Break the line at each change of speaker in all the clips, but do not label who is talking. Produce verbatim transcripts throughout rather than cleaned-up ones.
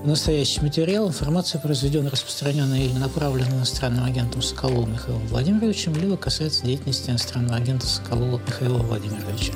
Настоящий материал, информация, произведенная, распространенная или направленная иностранным агентом Соколовым Михаилом Владимировичем, либо касается деятельности иностранного агента Соколова Михаила Владимировича.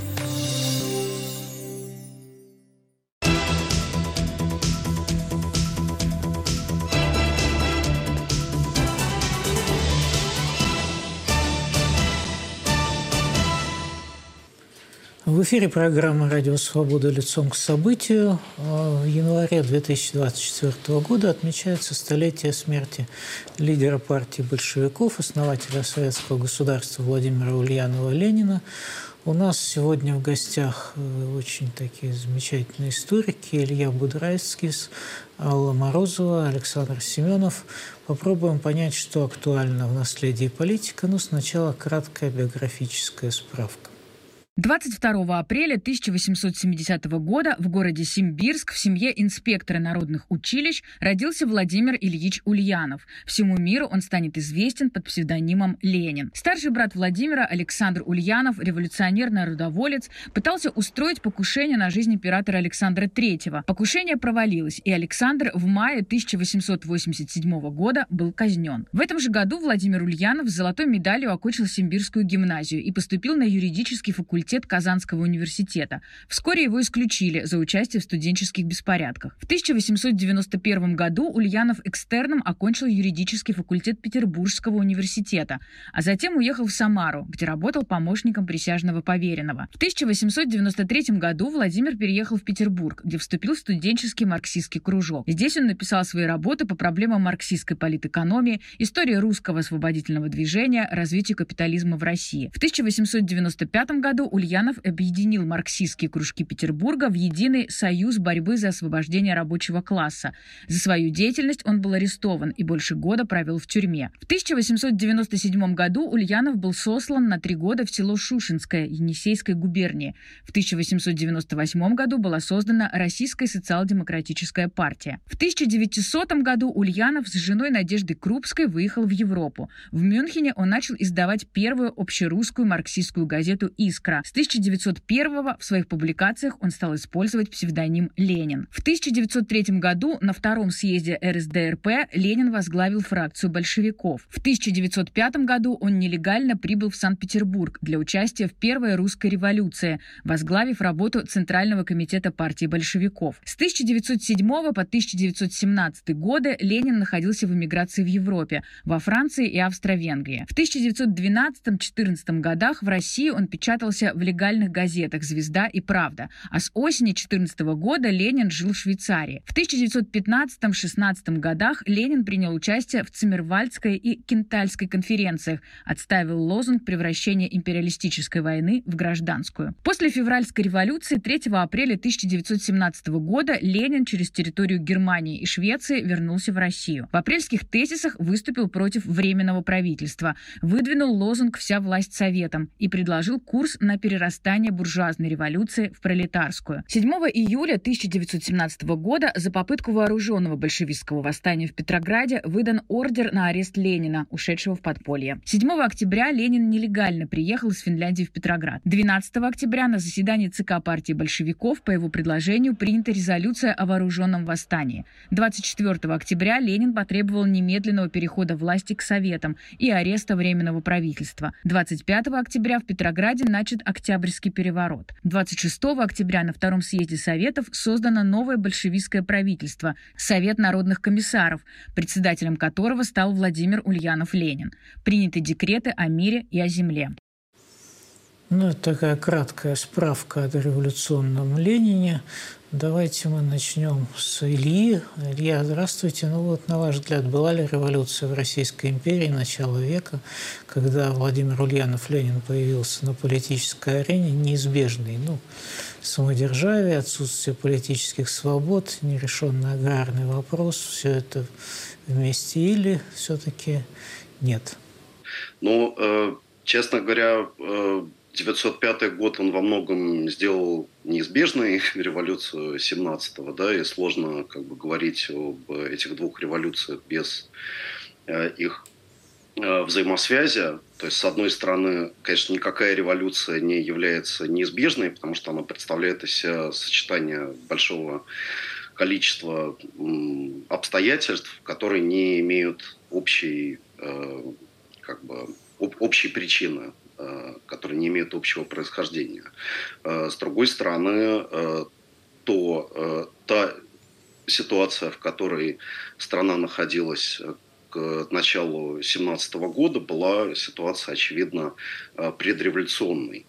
В эфире программа «Радио Свобода. Лицом к событию». В январе две тысячи двадцать четвёртого года отмечается столетие смерти лидера партии большевиков, основателя советского государства Владимира Ульянова Ленина. У нас сегодня в гостях очень такие замечательные историки: Илья Будрайский, Алла Морозова, Александр Семенов. Попробуем понять, что актуально в наследии политика, но сначала краткая биографическая справка.
двадцать второго апреля тысяча восемьсот семидесятого года в городе Симбирск в семье инспектора народных училищ родился Владимир Ильич Ульянов. Всему миру он станет известен под псевдонимом Ленин. Старший брат Владимира, Александр Ульянов, революционер-народоволец, пытался устроить покушение на жизнь императора Александра третьего. Покушение провалилось, и Александр в мае тысяча восемьсот восемьдесят седьмого года был казнен. В этом же году Владимир Ульянов с золотой медалью окончил Симбирскую гимназию и поступил на юридический факультет Казанского университета. Вскоре его исключили за участие в студенческих беспорядках. В тысяча восемьсот девяносто первом году Ульянов экстерном окончил юридический факультет Петербургского университета, а затем уехал в Самару, где работал помощником присяжного поверенного. В тысяча восемьсот девяносто третьем году Владимир переехал в Петербург, где вступил в студенческий марксистский кружок. Здесь он написал свои работы по проблемам марксистской политэкономии, истории русского освободительного движения, развитию капитализма в России. В тысяча восемьсот девяносто пятом году Ульянов объединил марксистские кружки Петербурга в единый союз борьбы за освобождение рабочего класса. За свою деятельность он был арестован и больше года провел в тюрьме. В тысяча восемьсот девяносто седьмом году Ульянов был сослан на три года в село Шушинское Енисейской губернии. В тысяча восемьсот девяносто восьмом году была создана Российская социал-демократическая партия. В тысяча девятисотом году Ульянов с женой Надеждой Крупской выехал в Европу. В Мюнхене он начал издавать первую общерусскую марксистскую газету «Искра». С тысяча девятьсот первого в своих публикациях он стал использовать псевдоним Ленин. В тысяча девятьсот третьем году на втором съезде эр эс дэ эр пэ Ленин возглавил фракцию большевиков. В тысяча девятьсот пятом году он нелегально прибыл в Санкт-Петербург для участия в Первой русской революции, возглавив работу Центрального комитета партии большевиков. С тысяча девятьсот седьмого по тысяча девятьсот семнадцатый годы Ленин находился в эмиграции в Европе, во Франции и Австро-Венгрии. В тысяча девятьсот двенадцатом-четырнадцатом годах в России он печатался в легальных газетах «Звезда» и «Правда», а с осени две тысячи четырнадцатого года Ленин жил в Швейцарии. В тысяча девятьсот пятнадцатом-шестнадцатом годах Ленин принял участие в Циммервальдской и Кентальской конференциях, отстаивал лозунг превращения империалистической войны в гражданскую. После февральской революции третьего апреля тысяча девятьсот семнадцатого года Ленин через территорию Германии и Швеции вернулся в Россию. В апрельских тезисах выступил против Временного правительства, выдвинул лозунг «Вся власть советам» и предложил курс на перерастание буржуазной революции в пролетарскую. седьмого июля тысяча девятьсот семнадцатого года за попытку вооруженного большевистского восстания в Петрограде выдан ордер на арест Ленина, ушедшего в подполье. седьмого октября Ленин нелегально приехал из Финляндии в Петроград. двенадцатого октября на заседании ЦК партии большевиков по его предложению принята резолюция о вооруженном восстании. двадцать четвёртого октября Ленин потребовал немедленного перехода власти к Советам и ареста Временного правительства. двадцать пятого октября в Петрограде начат Октябрьский переворот. двадцать шестого октября на Втором съезде Советов создано новое большевистское правительство – Совет народных комиссаров, председателем которого стал Владимир Ульянов Ленин. Приняты декреты о мире и о земле.
Ну, это такая краткая справка о революционном Ленине. Давайте мы начнем с Ильи. Илья, здравствуйте. Ну вот, на ваш взгляд, была ли революция в Российской империи начала века, когда Владимир Ульянов Ленин появился на политической арене, неизбежный? Ну, самодержавие, отсутствие политических свобод, нерешенный аграрный вопрос, все это вместе или все-таки нет?
Ну, э, честно говоря, э, девятьсот пятый год он во многом сделал неизбежной революцию семнадцатого, да, и сложно как бы говорить об этих двух революциях без э, их э, взаимосвязи. То есть, с одной стороны, конечно, никакая революция не является неизбежной, потому что она представляет из себя сочетание большого количество обстоятельств, которые не имеют общей, как бы, общей причины, которые не имеют общего происхождения. С другой стороны, то та ситуация, в которой страна находилась к началу две тысячи семнадцатого года, была ситуация, очевидно, предреволюционной.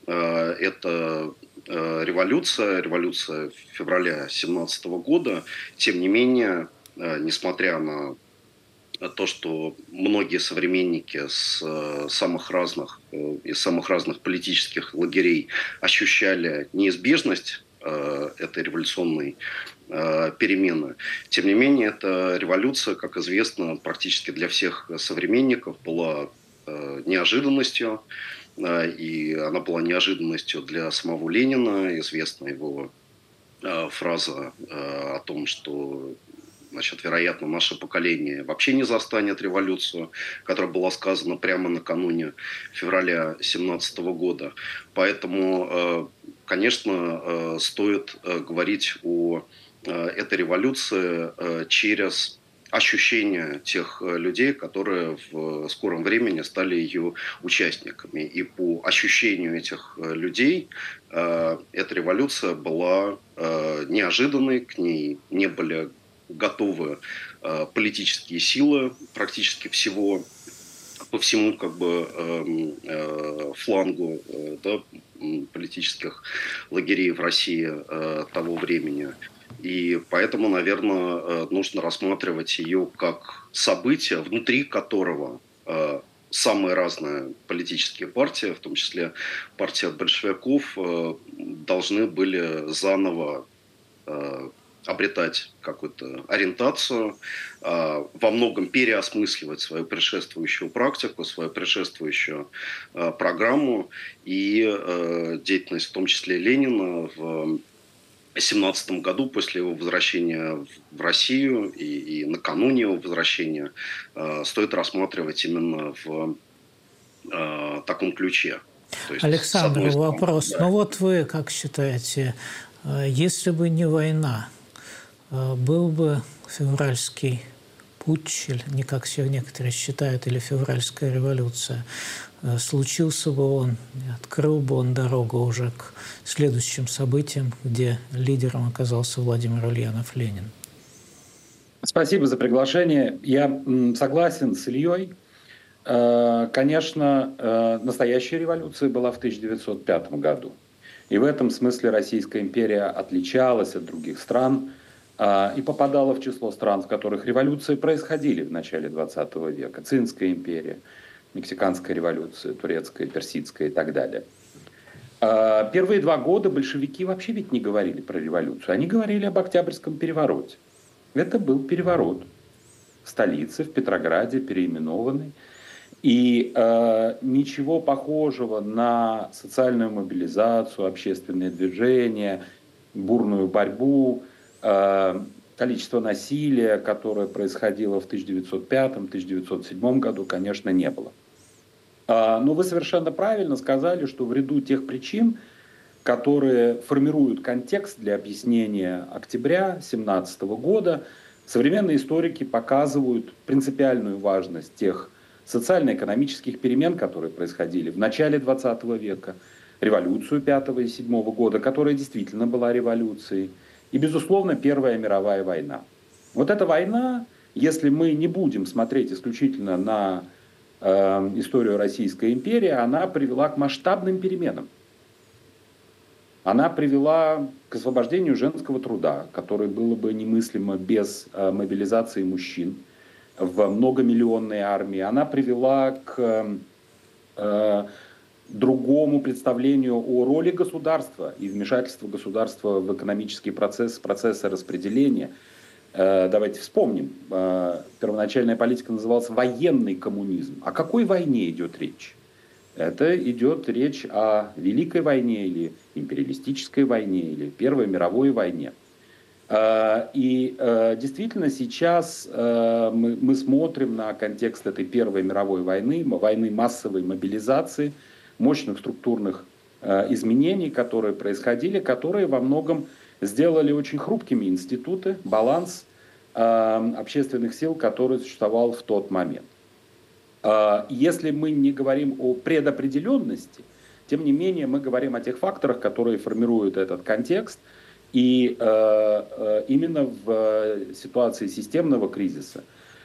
Это революция, революция февраля две тысячи семнадцатого года. Тем не менее, несмотря на то, что многие современники с самых разных, из самых разных политических лагерей ощущали неизбежность этой революционной перемены. Тем не менее, эта революция, как известно, практически для всех современников была неожиданностью. И она была неожиданностью для самого Ленина. Известна его фраза о том, что, значит, вероятно, наше поколение вообще не застанет революцию, которая была сказана прямо накануне февраля две тысячи семнадцатого года. Поэтому, конечно, стоит говорить о этой революции через ощущения тех людей, которые в скором времени стали ее участниками. И по ощущению этих людей эта революция была неожиданной, к ней не были готовы политические силы практически всего, по всему как бы флангу, да, политических лагерей в России того времени. И поэтому, наверное, нужно рассматривать ее как событие, внутри которого самые разные политические партии, в том числе партия большевиков, должны были заново обретать какую-то ориентацию, во многом переосмысливать свою предшествующую практику, свою предшествующую программу и деятельность, в том числе Ленина, в В две тысячи семнадцатом году, после его возвращения в Россию и, и накануне его возвращения, э, стоит рассматривать именно в э, таком ключе.
То есть, Александр, вопрос. Да. Ну вот вы как считаете, если бы не война, был бы февральский путч, или не как все некоторые считают, или февральская революция, случился бы он, открыл бы он дорогу уже к следующим событиям, где лидером оказался Владимир Ульянов-Ленин?
Спасибо за приглашение. Я согласен с Ильей. Конечно, настоящая революция была в тысяча девятьсот пятом году. И в этом смысле Российская империя отличалась от других стран и попадала в число стран, в которых революции происходили в начале двадцатого века. Цинская империя, Мексиканская революция, Турецкая, Персидская и так далее. Первые два года большевики вообще ведь не говорили про революцию. Они говорили об Октябрьском перевороте. Это был переворот в столице, в Петрограде, переименованный. И э, ничего похожего на социальную мобилизацию, общественные движения, бурную борьбу, э, количество насилия, которое происходило в тысяча девятьсот пятом — тысяча девятьсот седьмом году, конечно, не было. Э, но вы совершенно правильно сказали, что в ряду тех причин, которые формируют контекст для объяснения октября две тысячи семнадцатого года, современные историки показывают принципиальную важность тех социально-экономических перемен, которые происходили в начале двадцатого века, революцию пятого и седьмого года, которая действительно была революцией, и, безусловно, Первая мировая война. Вот эта война, если мы не будем смотреть исключительно на э, историю Российской империи, она привела к масштабным переменам. Она привела к освобождению женского труда, которое было бы немыслимо без э, мобилизации мужчин в многомиллионной армии. Она привела к э, другому представлению о роли государства и вмешательства государства в экономический процесс, процессы распределения. Э, давайте вспомним. Э, первоначальная политика называлась военный коммунизм. О какой войне идет речь? Это идет речь о Великой войне или империалистической войне или Первой мировой войне. И действительно сейчас мы, мы смотрим на контекст этой Первой мировой войны, войны массовой мобилизации, мощных структурных изменений, которые происходили, которые во многом сделали очень хрупкими институты, баланс э, общественных сил, который существовал в тот момент. Э, если мы не говорим о предопределенности, тем не менее мы говорим о тех факторах, которые формируют этот контекст. И э, э, именно в ситуации системного кризиса,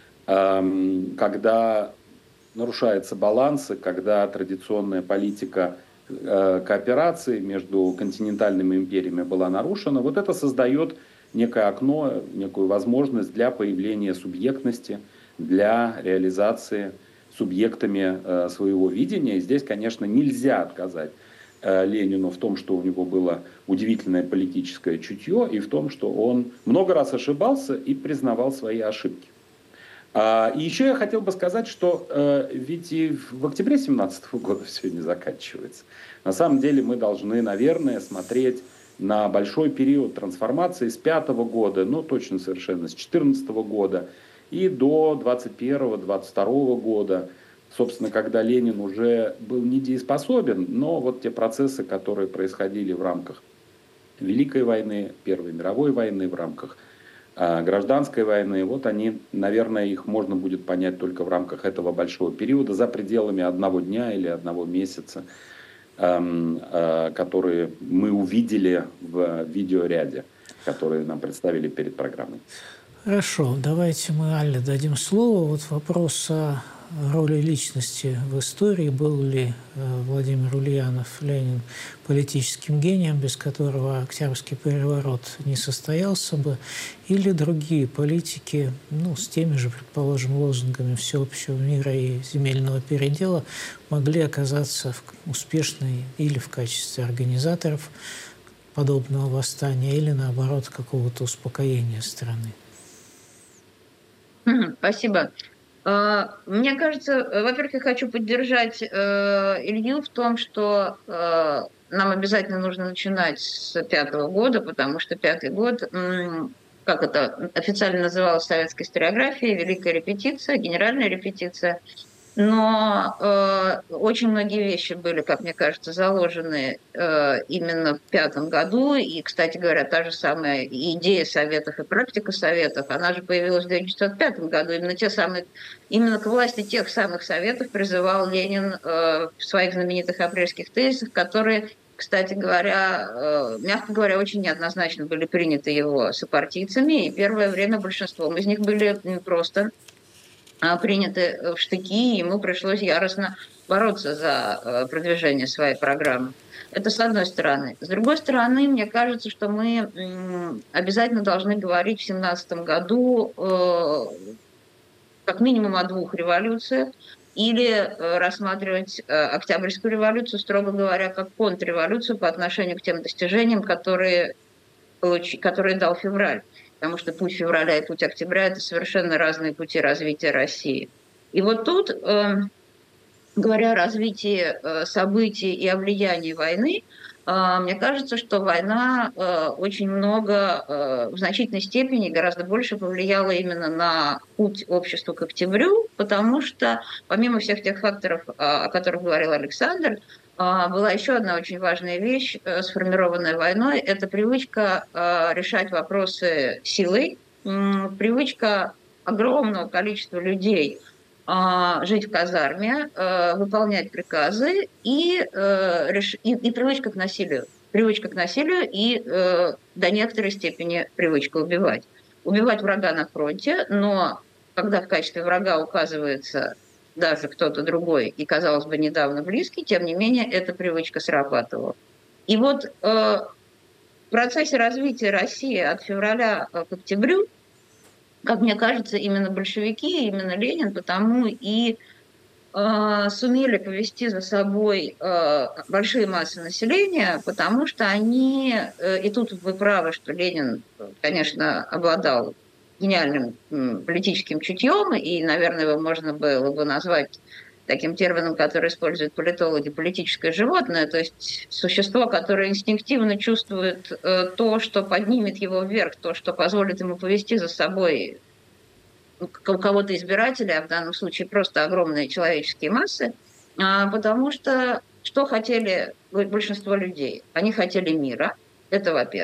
э, когда нарушается баланс, когда традиционная политика э, кооперации между континентальными империями была нарушена, вот это создает некое окно, некую возможность для появления субъектности, для реализации субъектами э, своего видения. И здесь, конечно, нельзя отказать э, Ленину в том, что у него было удивительное политическое чутье, и в том, что он много раз ошибался и признавал свои ошибки. А, и еще я хотел бы сказать, что э, ведь и в октябре две тысячи семнадцатого года все не заканчивается. На самом деле мы должны, наверное, смотреть на большой период трансформации с пятого года, ну точно совершенно с четырнадцатого года и до двадцать первого — двадцать второго года, собственно, когда Ленин уже был недееспособен, но вот те процессы, которые происходили в рамках Великой войны, Первой мировой войны, в рамках э, гражданской войны, вот они, наверное, их можно будет понять только в рамках этого большого периода, за пределами одного дня или одного месяца, э, э, которые мы увидели в видеоряде, которые нам представили перед программой.
Хорошо, давайте мы Алле дадим слово. Вот вопрос о роли личности в истории. Был ли Владимир Ульянов, Ленин, политическим гением, без которого Октябрьский переворот не состоялся бы, или другие политики, ну, с теми же, предположим, лозунгами всеобщего мира и земельного передела могли оказаться успешными или в качестве организаторов подобного восстания, или, наоборот, какого-то успокоения страны.
Спасибо. Мне кажется, во-первых, я хочу поддержать Илью в том, что нам обязательно нужно начинать с пятого года, потому что пятый год, как это официально называлось в советской историографии, великая репетиция, генеральная репетиция. Но э, очень многие вещи были, как мне кажется, заложены э, именно в пятом году. И, кстати говоря, та же самая идея советов и практика советов, она же появилась в тысяча девятьсот пятом году. Именно, те самые, именно к власти тех самых советов призывал Ленин э, в своих знаменитых апрельских тезисах, которые, кстати говоря, э, мягко говоря, очень неоднозначно были приняты его сопартийцами. И первое время большинством из них были просто приняты в штыки, и ему пришлось яростно бороться за продвижение своей программы. Это с одной стороны. С другой стороны, мне кажется, что мы обязательно должны говорить в семнадцатом году как минимум о двух революциях, или рассматривать Октябрьскую революцию, строго говоря, как контрреволюцию по отношению к тем достижениям, которые, которые дал февраль. Потому что путь февраля и путь октября – это совершенно разные пути развития России. И вот тут, э, говоря о развитии э, событий и о влиянии войны, э, мне кажется, что война э, очень много, э, в значительной степени, гораздо больше повлияла именно на путь общества к октябрю, потому что, помимо всех тех факторов, о которых говорил Александр, была еще одна очень важная вещь, сформированная войной, это привычка решать вопросы силой, привычка огромного количества людей жить в казарме, выполнять приказы и, и, и привычка к насилию. Привычка к насилию и до некоторой степени привычка убивать. Убивать врага на фронте, но когда в качестве врага указывается даже кто-то другой и, казалось бы, недавно близкий, тем не менее, эта привычка срабатывала. И вот э, в процессе развития России от февраля к октябрю, как мне кажется, именно большевики, именно Ленин потому и э, сумели повести за собой э, большие массы населения, потому что они, э, и тут вы правы, что Ленин, конечно, обладал гениальным политическим чутьем, и, наверное, его можно было бы назвать таким термином, который используют политологи, политическое животное, то есть существо, которое инстинктивно чувствует э, то, что поднимет его вверх, то, что позволит ему повести за собой у кого-то избирателя, а в данном случае просто огромные человеческие массы, э, потому что что хотели большинство людей? Они хотели мира, это во-первых.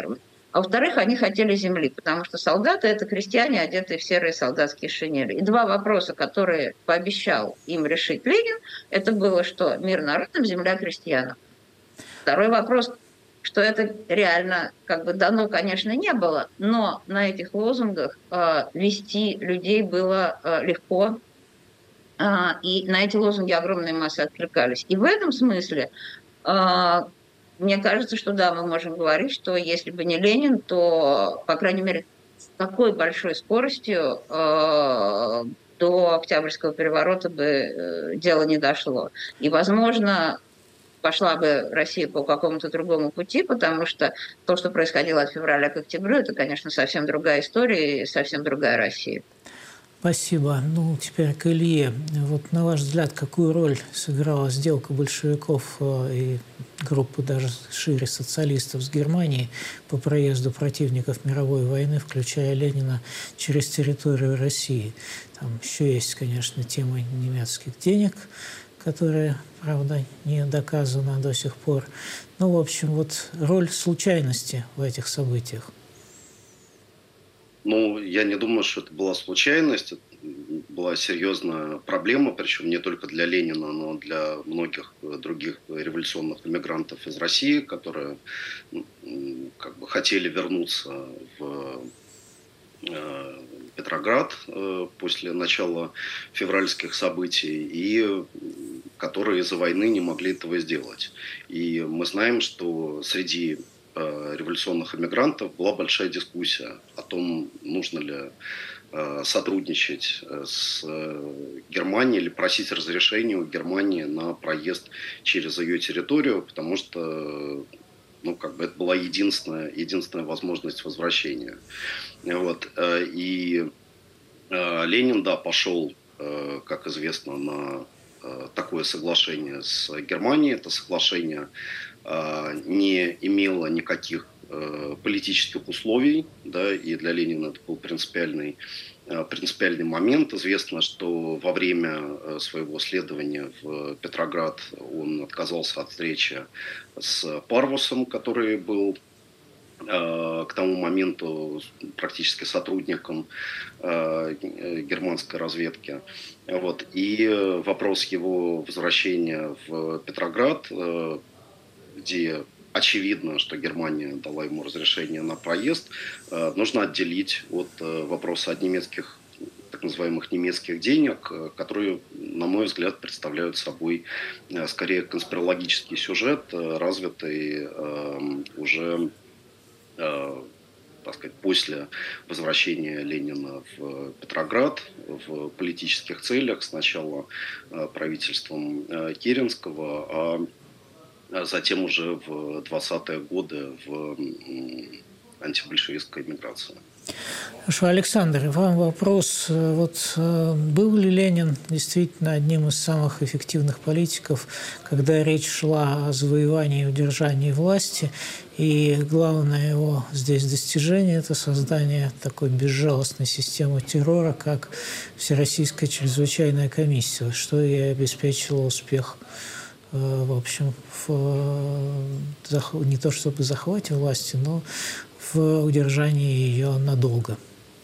А во-вторых, они хотели земли, потому что солдаты – это крестьяне, одетые в серые солдатские шинели. И два вопроса, которые пообещал им решить Ленин, это было, что мир народам, земля крестьянам. Второй вопрос, что это реально как бы дано, конечно, не было, но на этих лозунгах э, вести людей было э, легко, э, и на эти лозунги огромные массы откликались. И в этом смысле э, мне кажется, что да, мы можем говорить, что если бы не Ленин, то, по крайней мере, с такой большой скоростью э, до Октябрьского переворота бы э, дело не дошло. И, возможно, пошла бы Россия по какому-то другому пути, потому что то, что происходило от февраля к октябрю, это, конечно, совсем другая история и совсем другая Россия.
Спасибо. Ну, теперь к Илье. Вот на ваш взгляд, какую роль сыграла сделка большевиков и группы даже шире социалистов с Германией по проезду противников мировой войны, включая Ленина, через территорию России? Там еще есть, конечно, тема немецких денег, которая, правда, не доказана до сих пор. Ну, в общем, вот роль случайности в этих событиях.
Ну, я не думаю, что это была случайность. Это была серьезная проблема, причем не только для Ленина, но и для многих других революционных эмигрантов из России, которые как бы хотели вернуться в Петроград после начала февральских событий и которые из-за войны не могли этого сделать. И мы знаем, что среди революционных эмигрантов была большая дискуссия о том, нужно ли сотрудничать с Германией или просить разрешения у Германии на проезд через ее территорию, потому что ну, как бы это была единственная, единственная возможность возвращения. Вот. И Ленин, да, пошел, как известно, на такое соглашение с Германией. Это соглашение не имело никаких политических условий, да, и для Ленина это был принципиальный, принципиальный момент. Известно, что во время своего следования в Петроград он отказался от встречи с Парвусом, который был к тому моменту практически сотрудником германской разведки. Вот. И вопрос его возвращения в Петроград, где очевидно, что Германия дала ему разрешение на проезд, нужно отделить от вопроса от немецких, так называемых немецких денег, которые, на мой взгляд, представляют собой скорее конспирологический сюжет, развитый уже, так сказать, после возвращения Ленина в Петроград в политических целях, сначала правительством Керенского, а затем уже в двадцатые годы в антибольшевистской эмиграции.
Хорошо, Александр, вам вопрос. Вот был ли Ленин действительно одним из самых эффективных политиков, когда речь шла о завоевании и удержании власти? И главное его здесь достижение – это создание такой безжалостной системы террора, как Всероссийская чрезвычайная комиссия, что и обеспечило успех, в общем, в, не то чтобы захвате власти, но в удержании ее надолго.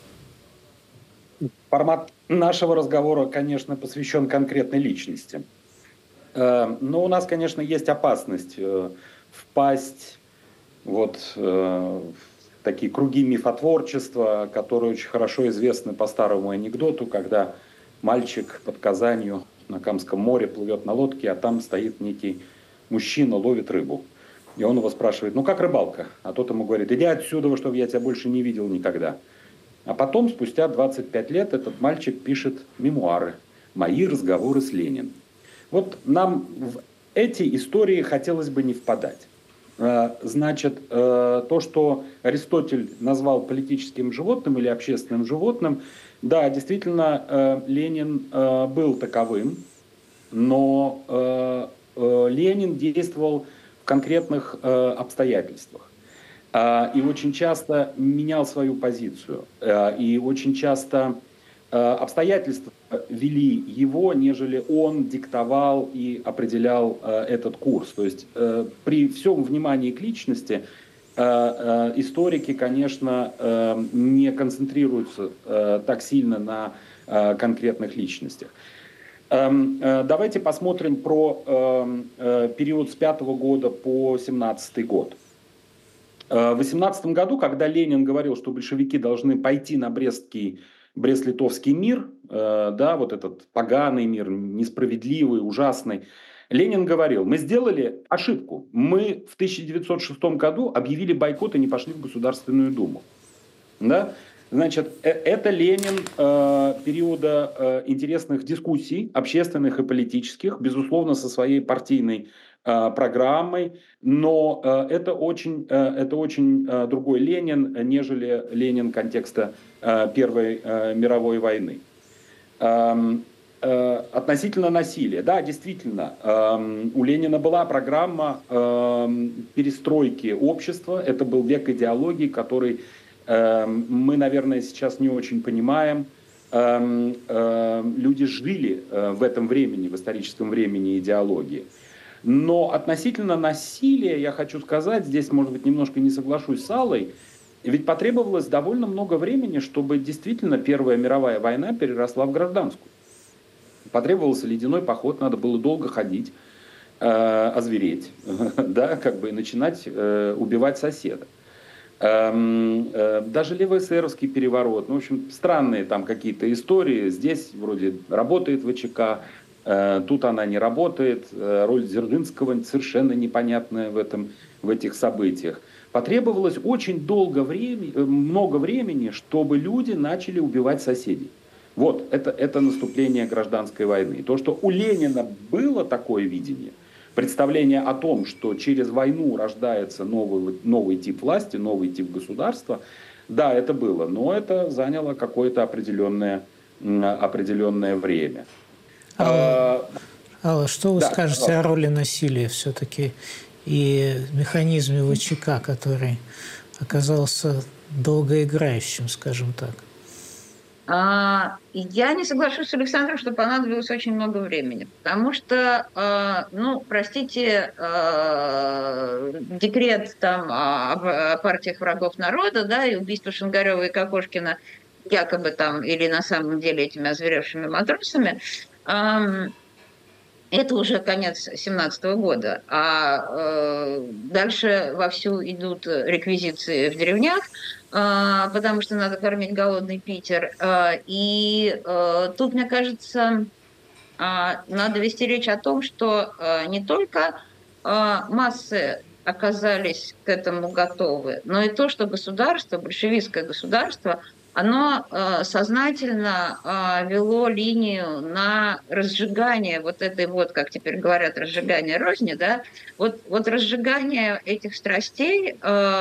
Формат нашего разговора, конечно, посвящен конкретной личности. Но у нас, конечно, есть опасность впасть вот в такие круги мифотворчества, которые очень хорошо известны по старому анекдоту, когда мальчик под Казанью на Камском море плывет на лодке, а там стоит некий мужчина, ловит рыбу. И он его спрашивает: ну как рыбалка? А тот ему говорит: иди отсюда, чтобы я тебя больше не видел никогда. А потом, спустя двадцать пять лет, этот мальчик пишет мемуары «Мои разговоры с Лениным». Вот нам в эти истории хотелось бы не впадать. Значит, то, что Аристотель назвал политическим животным или общественным животным, да, действительно, Ленин был таковым, но Ленин действовал в конкретных обстоятельствах. И очень часто менял свою позицию. И очень часто обстоятельства вели его, нежели он диктовал и определял этот курс. То есть при всем внимании к личности историки, конечно, не концентрируются так сильно на конкретных личностях. Давайте посмотрим про период с пятого года по семнадцатый год. В восемнадцатом году, когда Ленин говорил, что большевики должны пойти на Брестский, Брест-Литовский мир, да, вот этот поганый мир, несправедливый, ужасный, Ленин говорил: мы сделали ошибку. Мы в тысяча девятьсот шестом году объявили бойкот и не пошли в Государственную Думу. Да? Значит, это Ленин э, периода э, интересных дискуссий, общественных и политических, безусловно, со своей партийной э, программой, но э, это очень, э, это очень э, другой Ленин, нежели Ленин контекста э, Первой э, мировой войны. Эм, э, относительно насилия. Да, действительно, э, у Ленина была программа э, перестройки общества, это был век идеологии, который мы, наверное, сейчас не очень понимаем. Люди жили в этом времени, в историческом времени идеологии. Но относительно насилия, я хочу сказать, здесь, может быть, немножко не соглашусь с Аллой, ведь потребовалось довольно много времени, чтобы действительно Первая мировая война переросла в гражданскую. Потребовался ледяной поход, надо было долго ходить, озвереть, да, как бы начинать убивать соседа. Даже левоэсеровский переворот, ну, в общем, странные там какие-то истории. Здесь вроде работает ВЧК, тут она не работает. Роль Дзержинского совершенно непонятная в, этом, в этих событиях. Потребовалось очень долго времени, много времени, чтобы люди начали убивать соседей. Вот, это, это наступление гражданской войны. И то, что у Ленина было такое видение, представление о том, что через войну рождается новый, новый тип власти, новый тип государства, да, это было, но это заняло какое-то определенное, определенное время.
Алла, Алла, что вы
да,
скажете
пожалуйста.
о роли насилия все-таки и механизме ВЧК, который оказался долгоиграющим, скажем так?
Я не соглашусь с Александром, что понадобилось очень много времени, потому что, ну, простите, декрет там о партиях врагов народа, да, и убийство Шингарева и Кокошкина якобы там или на самом деле этими озверевшими матросами, это уже конец семнадцатого года, а дальше вовсю идут реквизиции в деревнях, потому что надо кормить голодный Питер. И тут, мне кажется, надо вести речь о том, что не только массы оказались к этому готовы, но и то, что государство, большевистское государство, оно сознательно вело линию на разжигание вот этой вот, как теперь говорят, разжигание розни, да, вот, вот разжигание этих страстей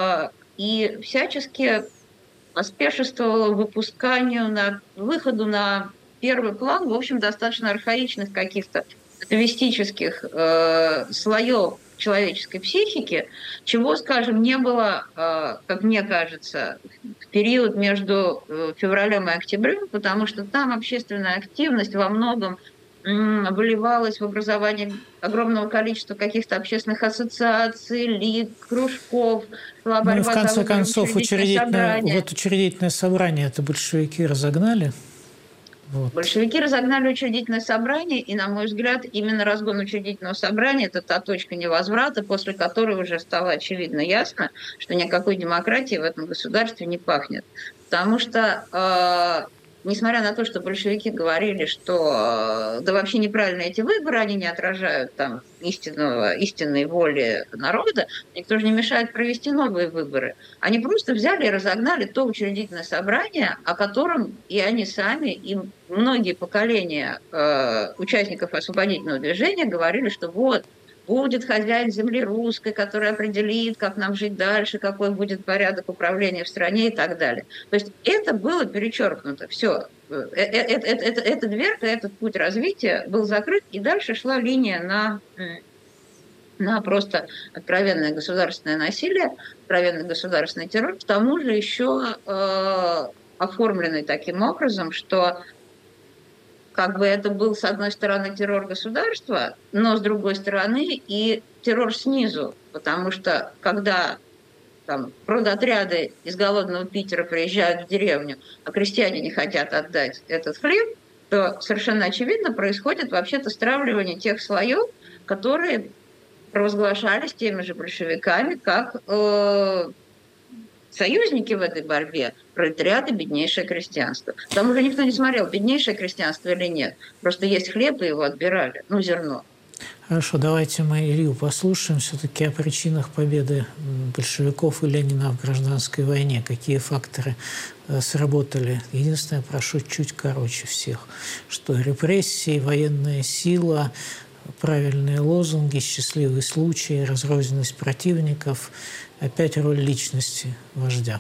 и всячески поспешествовало выпусканию, на, выходу на первый план, в общем, достаточно архаичных каких-то атовистических э, слоев человеческой психики, чего, скажем, не было, э, как мне кажется, в период между э, февралем и октябрем, потому что там общественная активность во многом выливалось в образование огромного количества каких-то общественных ассоциаций, лиг, кружков.
Ну, в конце концов, учредительное, вот учредительное собрание это большевики разогнали. Вот.
Большевики разогнали учредительное собрание, и, на мой взгляд, именно разгон учредительного собрания – это та точка невозврата, после которой уже стало очевидно ясно, что никакой демократии в этом государстве не пахнет. Потому что э, несмотря на то, что большевики говорили, что да вообще неправильно эти выборы, они не отражают там истинного, истинной воли народа, никто же не мешает провести новые выборы. Они просто взяли и разогнали то учредительное собрание, о котором и они сами, и многие поколения э, участников освободительного движения говорили, что вот, будет хозяин земли русской, который определит, как нам жить дальше, какой будет порядок управления в стране и так далее. То есть это было перечеркнуто. Все. Эта дверка, этот путь развития был закрыт, и дальше шла линия на, на просто откровенное государственное насилие, откровенный государственный террор, к тому же еще э, оформленный таким образом, что как бы это был, с одной стороны, террор государства, но с другой стороны и террор снизу, потому что когда там продотряды из голодного Питера приезжают в деревню, а крестьяне не хотят отдать этот хлеб, то совершенно очевидно происходит вообще-то стравливание тех слоев, которые провозглашались теми же большевиками как э, союзники в этой борьбе, пролетариат и беднейшее крестьянство. Там уже никто не смотрел, беднейшее крестьянство или нет. Просто есть хлеб, и его отбирали, ну, зерно.
Хорошо, давайте мы Илью послушаем все-таки о причинах победы большевиков и Ленина в гражданской войне. Какие факторы сработали? Единственное, прошу чуть короче всех, что репрессии, военная сила, правильные лозунги, счастливый случай, разрозненность противников, опять роль личности вождя.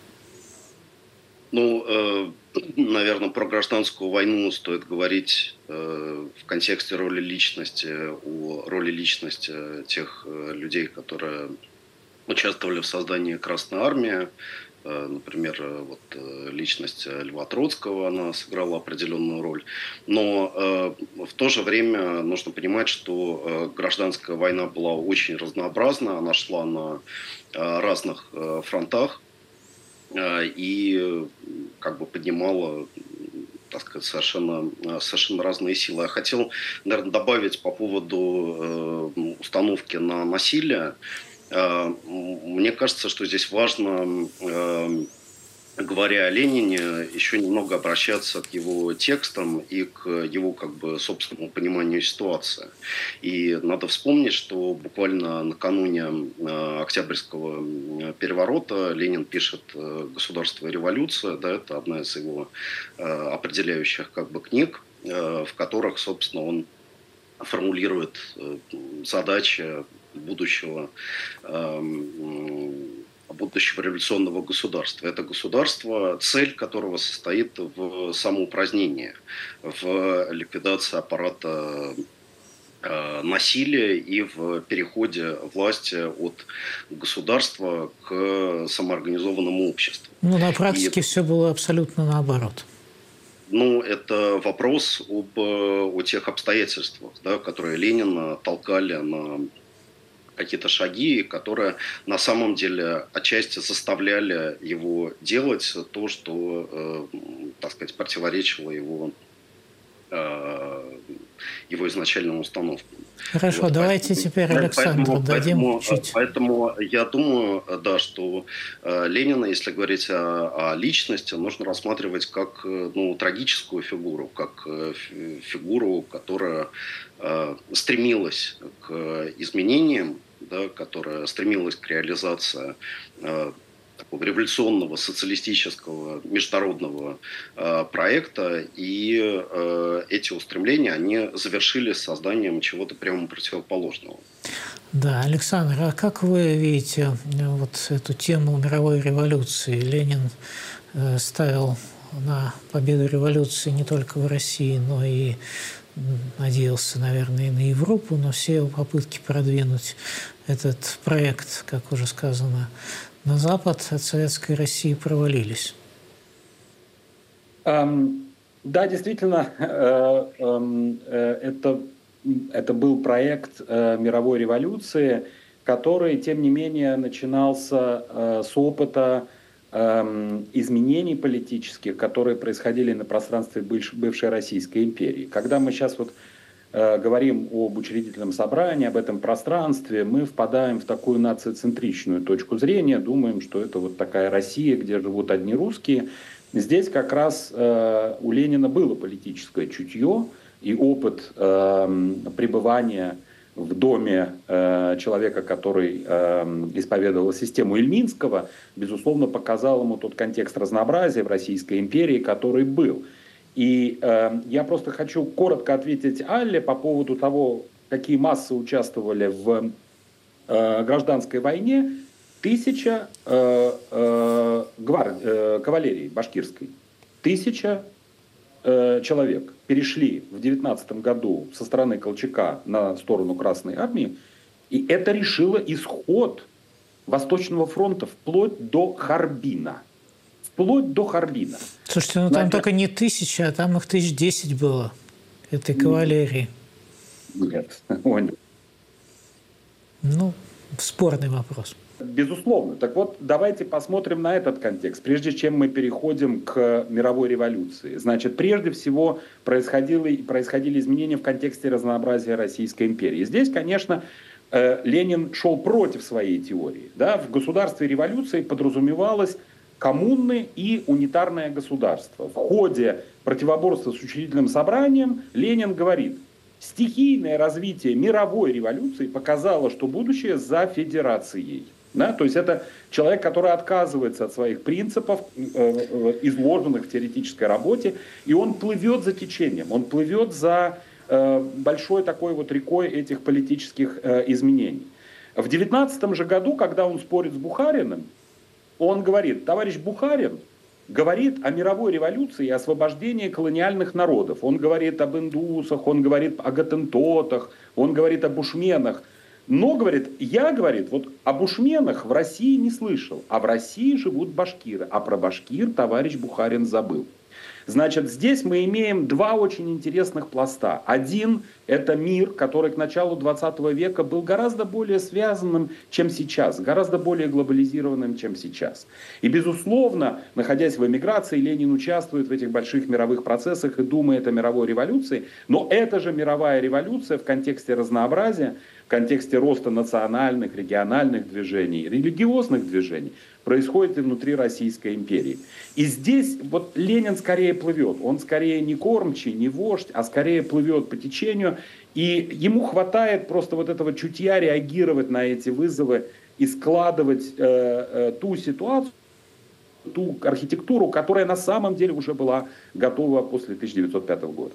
Ну, э, наверное, про гражданскую войну стоит говорить э, в контексте роли личности, о роли личности тех э, людей, которые участвовали в создании Красной Армии. Э, например, э, вот, э, личность Льва Троцкого, она сыграла определенную роль. Но э, в то же время нужно понимать, что э, гражданская война была очень разнообразна, она шла на э, разных э, фронтах. И как бы поднимала, так сказать, совершенно, совершенно разные силы. Я хотел, наверное, добавить по поводу э, установки на насилие. Э, мне кажется, что здесь важно, э, говоря о Ленине, еще немного обращаться к его текстам и к его как бы собственному пониманию ситуации. И надо вспомнить, что буквально накануне э, Октябрьского переворота Ленин пишет «Государство и революция». Да, это одна из его э, определяющих как бы книг, э, в которых, собственно, он формулирует э, задачи будущего э, будущего революционного государства. Это государство, цель которого состоит в самоупразднении, в ликвидации аппарата э, насилия и в переходе власти от государства к самоорганизованному обществу.
Ну, на практике и, все было абсолютно наоборот.
Ну, это вопрос об, о тех обстоятельствах, да, которые Ленина толкали на какие-то шаги, которые на самом деле отчасти заставляли его делать то, что, э, так сказать, противоречило его, э, его изначальным установкам.
Хорошо, вот, давайте поэтому, теперь Александру
поэтому,
дадим
поэтому,
чуть.
Поэтому я думаю, да, что э, Ленина, если говорить о, о личности, нужно рассматривать как ну, трагическую фигуру, как э, фигуру, которая э, стремилась к изменениям, да, которая стремилась к реализации э, такого революционного, социалистического, международного э, проекта. И э, эти устремления, они завершились созданием чего-то прямо противоположного.
Да, Александр, а как вы видите вот эту тему мировой революции? Ленин э, ставил на победу революции не только в России, но и надеялся, наверное, и на Европу, но все его попытки продвинуть этот проект, как уже сказано, на Запад от Советской России провалились.
Um, да, действительно, uh, um, uh, это, это был проект uh, мировой революции, который, тем не менее, начинался uh, с опыта uh, изменений политических, которые происходили на пространстве бывшей Российской империи. Когда мы сейчас вот говорим об учредительном собрании, об этом пространстве, мы впадаем в такую нацицентричную точку зрения, думаем, что это вот такая Россия, где живут одни русские. Здесь как раз э, у Ленина было политическое чутье и опыт э, пребывания в доме э, человека, который э, исповедовал систему Ильминского, безусловно, показал ему тот контекст разнообразия в Российской империи, который был. И э, я просто хочу коротко ответить Алле по поводу того, какие массы участвовали в э, гражданской войне. Тысяча э, э, гвар, э, кавалерии башкирской, тысяча э, человек перешли в девятнадцатом году со стороны Колчака на сторону Красной Армии, и это решило исход Восточного фронта вплоть до Харбина. Вплоть до Харбина.
Слушайте, ну там Знаете, только не тысяча, а там их тысяч десять было, этой кавалерии.
Нет, понял.
Ну, спорный вопрос.
Безусловно. Так вот, давайте посмотрим на этот контекст, прежде чем мы переходим к мировой революции. Значит, прежде всего происходили, происходили изменения в контексте разнообразия Российской империи. Здесь, конечно, Ленин шел против своей теории. Да? В государстве революции подразумевалось коммуны и унитарное государство. В ходе противоборства с учредительным собранием Ленин говорит: стихийное развитие мировой революции показало, что будущее за федерацией. Да? То есть это человек, который отказывается от своих принципов, э, изложенных в теоретической работе, и он плывет за течением, он плывет за э, большой такой вот рекой этих политических э, изменений. В девятнадцатом же году, когда он спорит с Бухариным, он говорит: товарищ Бухарин говорит о мировой революции и освобождении колониальных народов. Он говорит об индусах, он говорит о гаттентотах, он говорит о бушменах. Но, говорит, я, говорит, вот о бушменах в России не слышал, а в России живут башкиры, а про башкир товарищ Бухарин забыл. Значит, здесь мы имеем два очень интересных пласта. Один – это мир, который к началу двадцатого века был гораздо более связанным, чем сейчас, гораздо более глобализированным, чем сейчас. И, безусловно, находясь в эмиграции, Ленин участвует в этих больших мировых процессах и думает о мировой революции. Но эта же мировая революция в контексте разнообразия, в контексте роста национальных, региональных движений, религиозных движений происходит и внутри Российской империи. И здесь вот Ленин скорее плывет. Он скорее не кормчий, не вождь, а скорее плывет по течению. И ему хватает просто вот этого чутья реагировать на эти вызовы и складывать э, э, ту ситуацию, ту архитектуру, которая на самом деле уже была готова после тысяча девятьсот пятого года.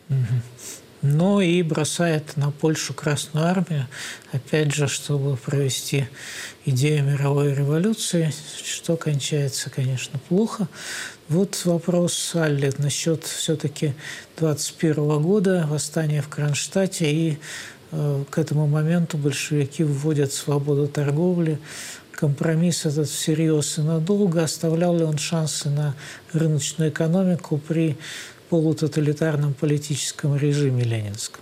Ну и бросает на Польшу Красную Армию, опять же, чтобы провести идею мировой революции, что кончается, конечно, плохо. Вот вопрос, Алле, насчет все-таки двадцать первого года, восстания в Кронштадте, и э, к этому моменту большевики вводят свободу торговли. Компромисс этот всерьез и надолго. Оставлял ли он шансы на рыночную экономику при полутоталитарном политическом режиме ленинском?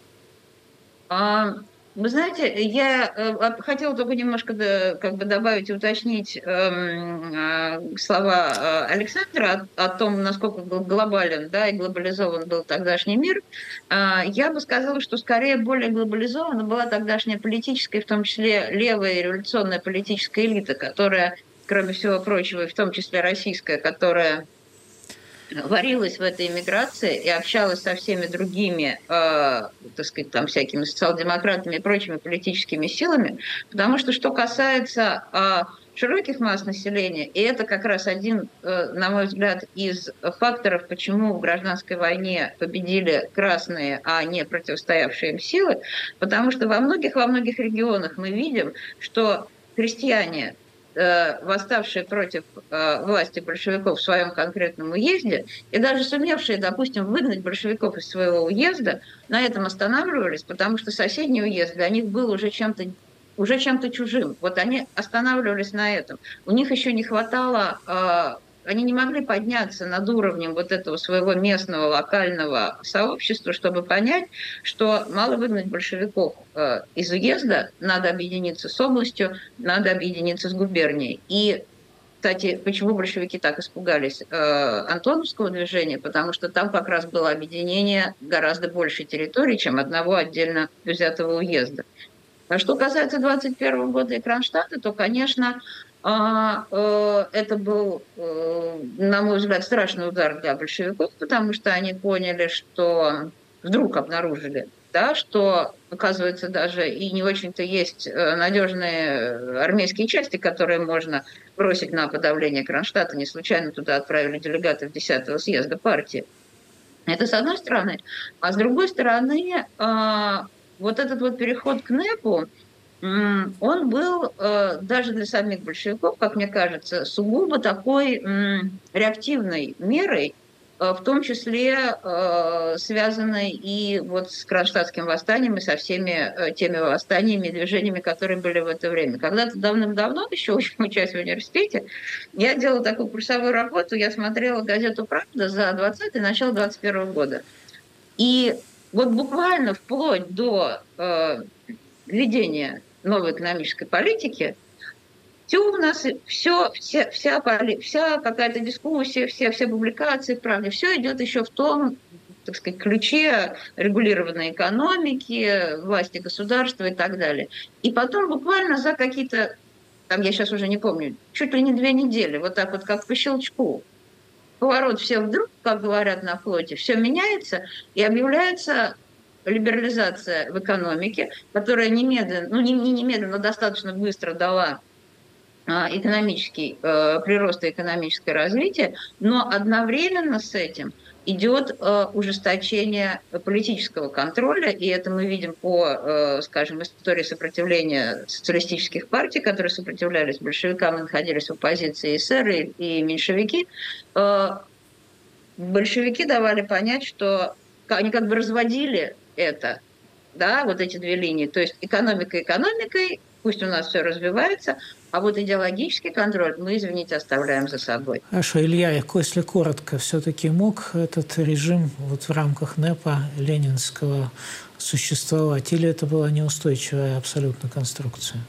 А, вы знаете, я э, хотела только немножко да, как бы добавить и уточнить э, э, слова Александра о, о том, насколько был глобален, да, и глобализован был тогдашний мир. Э, я бы сказала, что скорее более глобализована была тогдашняя политическая, в том числе левая революционная политическая элита, которая, кроме всего прочего, и в том числе российская, которая варилась в этой эмиграции и общалась со всеми другими, э, так сказать, там всякими социал-демократами и прочими политическими силами, потому что, что касается э, широких масс населения, и это как раз один, э, на мой взгляд, из факторов, почему в гражданской войне победили красные, а не противостоявшие им силы, потому что во многих, во многих регионах мы видим, что крестьяне, восставшие против э, власти большевиков в своем конкретном уезде, и даже сумевшие, допустим, выгнать большевиков из своего уезда, на этом останавливались, потому что соседний уезд для них был уже чем-то уже чем-то чужим. Вот они останавливались на этом. У них еще не хватало, э, они не могли подняться над уровнем вот этого своего местного, локального сообщества, чтобы понять, что мало выгнать большевиков э, из уезда, надо объединиться с областью, надо объединиться с губернией. И, кстати, почему большевики так испугались э, Антоновского движения? Потому что там как раз было объединение гораздо большей территории, чем одного отдельно взятого уезда. А что касается двадцать первого года и Кронштадта, то, конечно, это был, на мой взгляд, страшный удар для большевиков, потому что они поняли, что вдруг обнаружили, да, что, оказывается, даже и не очень-то есть надежные армейские части, которые можно бросить на подавление Кронштадта. Не случайно туда отправили делегатов десятого съезда партии. Это с одной стороны. А с другой стороны, вот этот вот переход к НЭПу, он был э, даже для самих большевиков, как мне кажется, сугубо такой э, реактивной мерой, э, в том числе э, связанной и вот с Кронштадтским восстанием и со всеми э, теми восстаниями и движениями, которые были в это время. Когда-то давным-давно, еще учась в университете, я делала такую курсовую работу, я смотрела газету «Правда» за двадцатый, начало двадцать первого года. И вот буквально вплоть до э, введения новой экономической политики, Все у нас, все, вся, вся, вся какая-то дискуссия, все, все публикации в «Правде», все идет еще в том, так сказать, ключе регулированной экономики, власти государства и так далее. И потом буквально за какие-то, там я сейчас уже не помню, чуть ли не две недели, вот так вот как по щелчку, поворот, все вдруг, как говорят на флоте, все меняется и объявляется либерализация в экономике, которая немедленно, ну не, не немедленно, но достаточно быстро дала экономический э, прирост и экономическое развитие, но одновременно с этим идет э, ужесточение политического контроля, и это мы видим по, э, скажем, истории сопротивления социалистических партий, которые сопротивлялись большевикам и находились в оппозиции, эсеры и меньшевики. Э, большевики давали понять, что они как бы разводили это, да, вот эти две линии, то есть экономика экономикой, пусть у нас все развивается, а вот идеологический контроль мы, извините, оставляем за собой.
Хорошо, Илья, если коротко, все-таки мог этот режим вот в рамках НЭПа ленинского существовать, или это была неустойчивая абсолютно конструкция?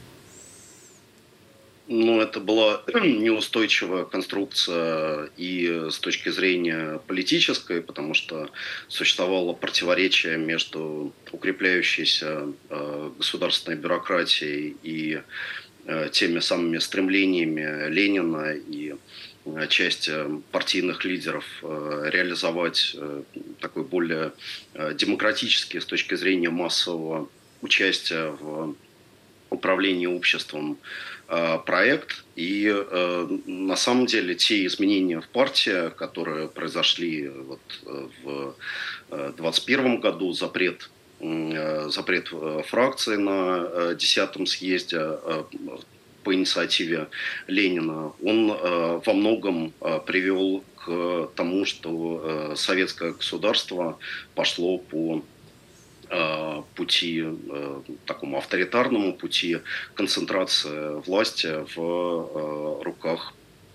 Ну, это была неустойчивая конструкция и с точки зрения политической, потому что существовало противоречие между укрепляющейся э, государственной бюрократией и э, теми самыми стремлениями Ленина и э, части партийных лидеров э, реализовать э, такой более э, демократический с точки зрения массового участия в управлении обществом проект. И э, на самом деле те изменения в партии, которые произошли вот, в двадцать первом году, запрет, э, запрет фракции на десятом съезде э, по инициативе Ленина, он э, во многом э, привел к тому, что э, советское государство пошло по пути, такому авторитарному пути концентрации власти в руках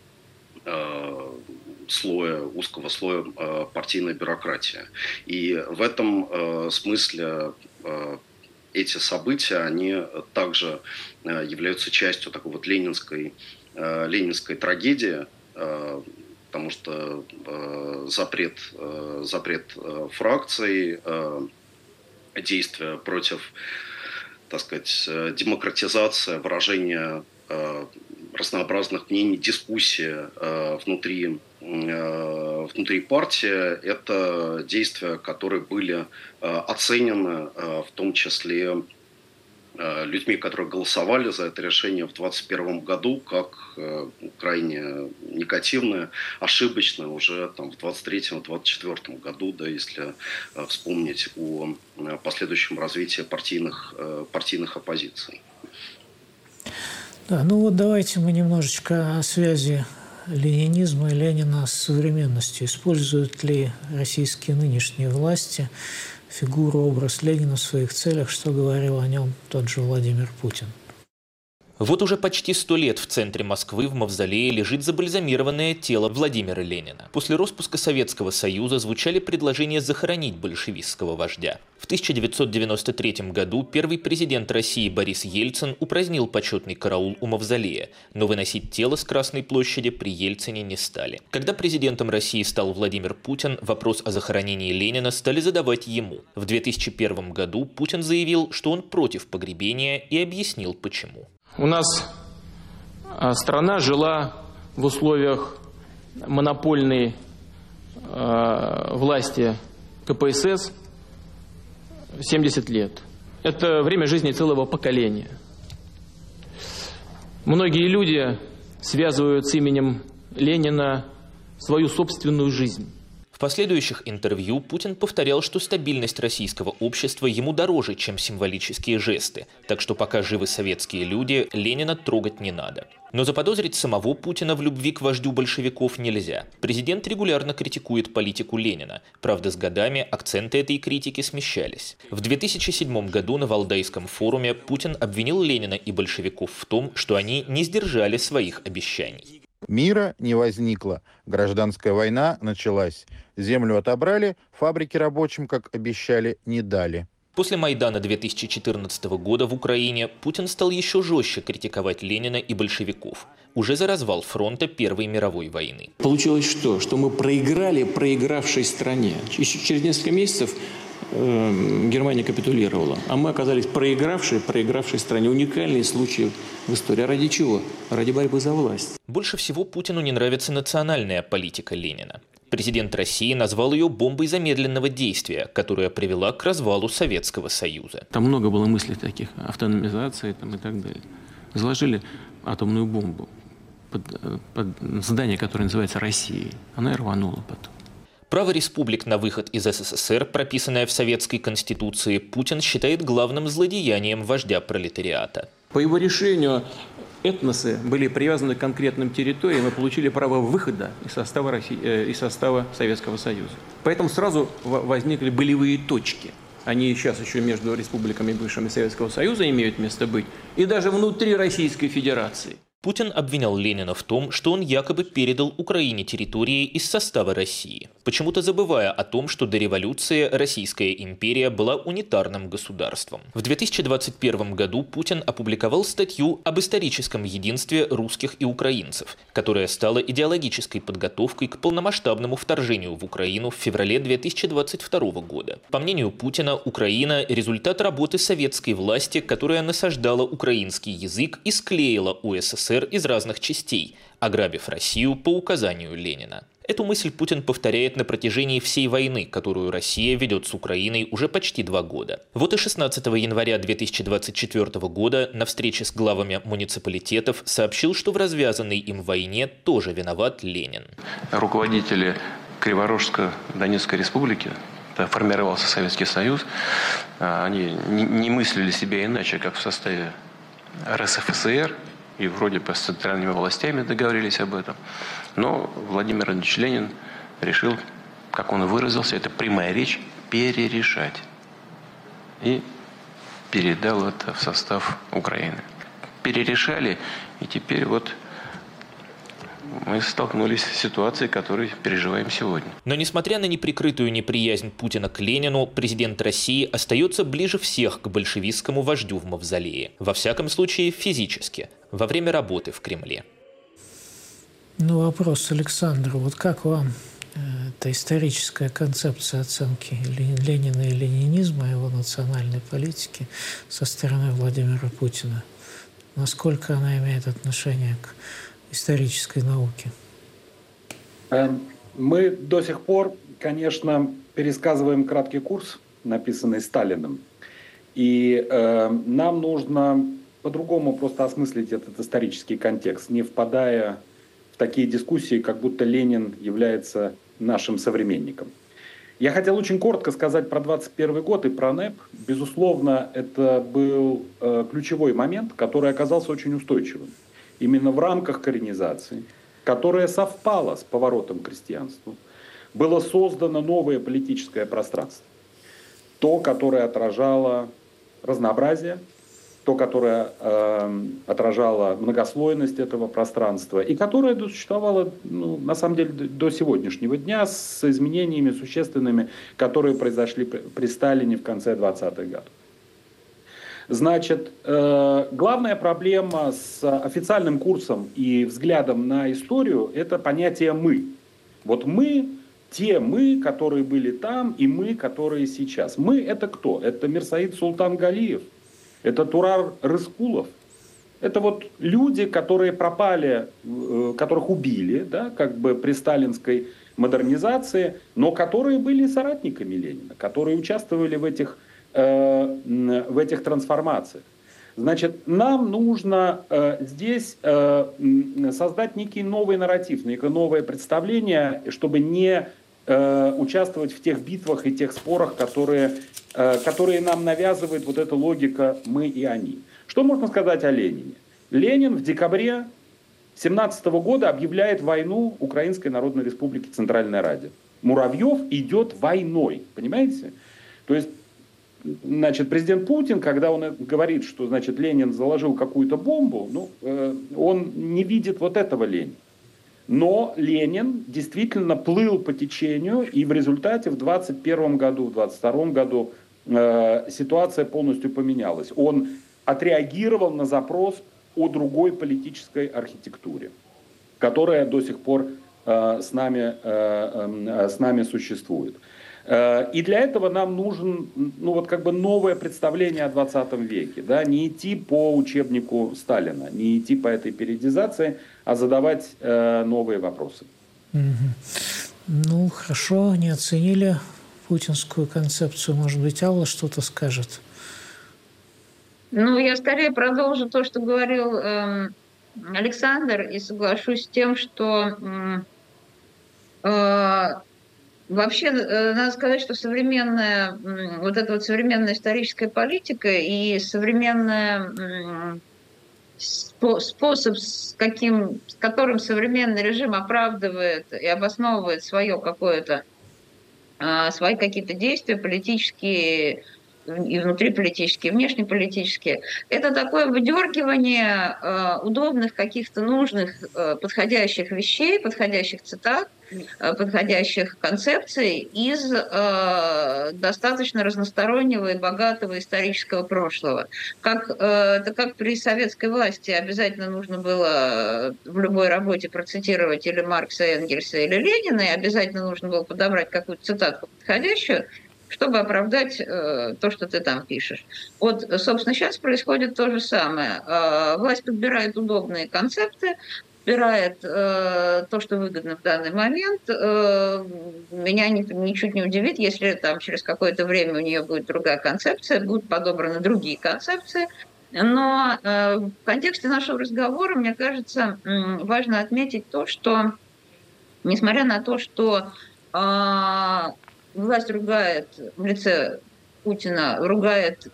слоя, узкого слоя партийной бюрократии. И в этом смысле эти события, они также являются частью такой вот ленинской, ленинской трагедии, потому что запрет, запрет фракций, действия против, так сказать, демократизации, выражения э, разнообразных мнений, дискуссии э, внутри, э, внутри партии, это действия, которые были э, оценены э, в том числе э, людьми, которые голосовали за это решение в двадцать первом году, как э, крайне негативное, ошибочное уже там, в двадцать третьем — двадцать четвёртом году, да, если э, вспомнить о э, последующем развитии партийных, э, партийных оппозиций.
Да, ну вот давайте мы немножечко о связи ленинизма и Ленина с современностью. Используют ли российские нынешние власти фигуру, образ Ленина в своих целях, что говорил о нем тот же Владимир Путин?
Вот уже почти сто лет в центре Москвы в мавзолее лежит забальзамированное тело Владимира Ленина. После распуска Советского Союза звучали предложения захоронить большевистского вождя. В тысяча девятьсот девяносто третьем году первый президент России Борис Ельцин упразднил почетный караул у мавзолея, но выносить тело с Красной площади при Ельцине не стали. Когда президентом России стал Владимир Путин, вопрос о захоронении Ленина стали задавать ему. В две тысячи первом году Путин заявил, что он против погребения, и объяснил почему.
У нас страна жила в условиях монопольной э, власти ка пэ эс эс семьдесят лет. Это время жизни целого поколения. Многие люди связывают с именем Ленина свою собственную жизнь.
В последующих интервью Путин повторял, что стабильность российского общества ему дороже, чем символические жесты, так что пока живы советские люди, Ленина трогать не надо. Но заподозрить самого Путина в любви к вождю большевиков нельзя. Президент регулярно критикует политику Ленина. Правда, с годами акценты этой критики смещались. В две тысячи седьмом году на Валдайском форуме Путин обвинил Ленина и большевиков в том, что они не сдержали своих обещаний.
Мира не возникло, гражданская война началась. Землю отобрали, фабрики рабочим, как обещали, не дали.
После Майдана две тысячи четырнадцатого года в Украине Путин стал еще жестче критиковать Ленина и большевиков, уже за развал фронта Первой мировой войны.
Получилось что? Что мы проиграли проигравшей стране. Через несколько месяцев э, Германия капитулировала, а мы оказались проигравшей проигравшей стране. Уникальный случай в истории. А ради чего? Ради борьбы за власть.
Больше всего Путину не нравится национальная политика Ленина. Президент России назвал ее бомбой замедленного действия, которая привела к развалу Советского Союза.
Там много было мыслей таких, автономизации там, и так далее. Заложили атомную бомбу под, под здание, которое называется Россией. Она и рванула потом.
Право республик на выход из СССР, прописанное в Советской Конституции, Путин считает главным злодеянием вождя пролетариата.
По его решению этносы были привязаны к конкретным территориям и получили право выхода из состава, России, э, из состава Советского Союза. Поэтому сразу возникли болевые точки. Они сейчас еще между республиками бывшими Советского Союза имеют место быть. И даже внутри Российской Федерации.
Путин обвинял Ленина в том, что он якобы передал Украине территории из состава России, почему-то забывая о том, что до революции Российская империя была унитарным государством. В две тысячи двадцать первом году Путин опубликовал статью об историческом единстве русских и украинцев, которая стала идеологической подготовкой к полномасштабному вторжению в Украину в феврале две тысячи двадцать второго года. По мнению Путина, Украина – результат работы советской власти, которая насаждала украинский язык и склеила УССР из разных частей, ограбив Россию по указанию Ленина. Эту мысль Путин повторяет на протяжении всей войны, которую Россия ведет с Украиной уже почти два года. Вот и шестнадцатого января две тысячи двадцать четвёртого года на встрече с главами муниципалитетов сообщил, что в развязанной им войне тоже виноват Ленин.
Руководители Криворожско-Донецкой республики, формировался Советский Союз, они не мыслили себя иначе, как в составе РСФСР, и вроде бы с центральными властями договорились об этом. Но Владимир Ильич Ленин решил, как он выразился, это прямая речь, перерешать. И передал это в состав Украины. Перерешали, и теперь вот мы столкнулись с ситуацией, которую переживаем сегодня.
Но несмотря на неприкрытую неприязнь Путина к Ленину, президент России остается ближе всех к большевистскому вождю в мавзолее. Во всяком случае, физически, во время работы в Кремле.
Ну, вопрос Александру. Вот как вам эта историческая концепция оценки Ленина и ленинизма, его национальной политики со стороны Владимира Путина? Насколько она имеет отношение к исторической науки?
Мы до сих пор, конечно, пересказываем краткий курс, написанный Сталиным. И э, нам нужно по-другому просто осмыслить этот исторический контекст, не впадая в такие дискуссии, как будто Ленин является нашим современником. Я хотел очень коротко сказать про двадцать первый год и про НЭП. Безусловно, это был э, ключевой момент, который оказался очень устойчивым. Именно в рамках коренизации, которая совпала с поворотом к крестьянству, было создано новое политическое пространство. То, которое отражало разнообразие, то, которое э, отражало многослойность этого пространства, и которое существовало, ну, на самом деле, до сегодняшнего дня с изменениями существенными, которые произошли при Сталине в конце двадцатых годов. Значит, э, главная проблема с официальным курсом и взглядом на историю – это понятие «мы». Вот мы, те мы, которые были там, и мы, которые сейчас. Мы – это кто? Это Мирсаид Султангалиев, это Турар Рыскулов. Это вот люди, которые пропали, э, которых убили, да, как бы при сталинской модернизации, но которые были соратниками Ленина, которые участвовали в этих в этих трансформациях. Значит, нам нужно э, здесь э, создать некий новый нарратив, некое новое представление, чтобы не э, участвовать в тех битвах и тех спорах, которые, э, которые нам навязывает вот эта логика «мы и они». Что можно сказать о Ленине? Ленин в декабре тысяча девятьсот семнадцатого года объявляет войну Украинской Народной Республике Центральной Раде. Муравьев идет войной, понимаете? То есть, значит, президент Путин, когда он говорит, что, значит, Ленин заложил какую-то бомбу, ну, э, он не видит вот этого Ленина. Но Ленин действительно плыл по течению, и в результате в двадцать первом году, в двадцать втором году э, ситуация полностью поменялась. Он отреагировал на запрос о другой политической архитектуре, которая до сих пор э, с нами, э, э, с нами существует. Э, и для этого нам нужен, ну, вот как бы новое представление о двадцатом веке. Да? Не идти по учебнику Сталина, не идти по этой периодизации, а задавать э, новые вопросы.
Mm-hmm. Ну, хорошо, не оценили путинскую концепцию. Может быть, Алла что-то скажет?
Ну, я скорее продолжу то, что говорил э, Александр, и соглашусь с тем, что э, э, вообще э, надо сказать, что современная, э, вот эта вот современная историческая политика и современная э, спо- способ, с, каким, с которым современный режим оправдывает и обосновывает свое какое-то, э, свои какие-то действия политические, и внутриполитические, и внешнеполитические, это такое выдергивание э, удобных, каких-то нужных, э, подходящих вещей, подходящих цитат, э, подходящих концепций из э, достаточно разностороннего и богатого исторического прошлого. Как, э, это как при советской власти обязательно нужно было в любой работе процитировать или Маркса, Энгельса, или Ленина, и обязательно нужно было подобрать какую-то цитатку подходящую, чтобы оправдать э, то, что ты там пишешь. Вот, собственно, сейчас происходит то же самое. Э, власть подбирает удобные концепты, подбирает э, то, что выгодно в данный момент. Э, меня ни, ничуть не удивит, если там через какое-то время у нее будет другая концепция, будут подобраны другие концепции. Но э, в контексте нашего разговора, мне кажется, э, важно отметить то, что, несмотря на то, что э, власть ругает в лице Путина, ругает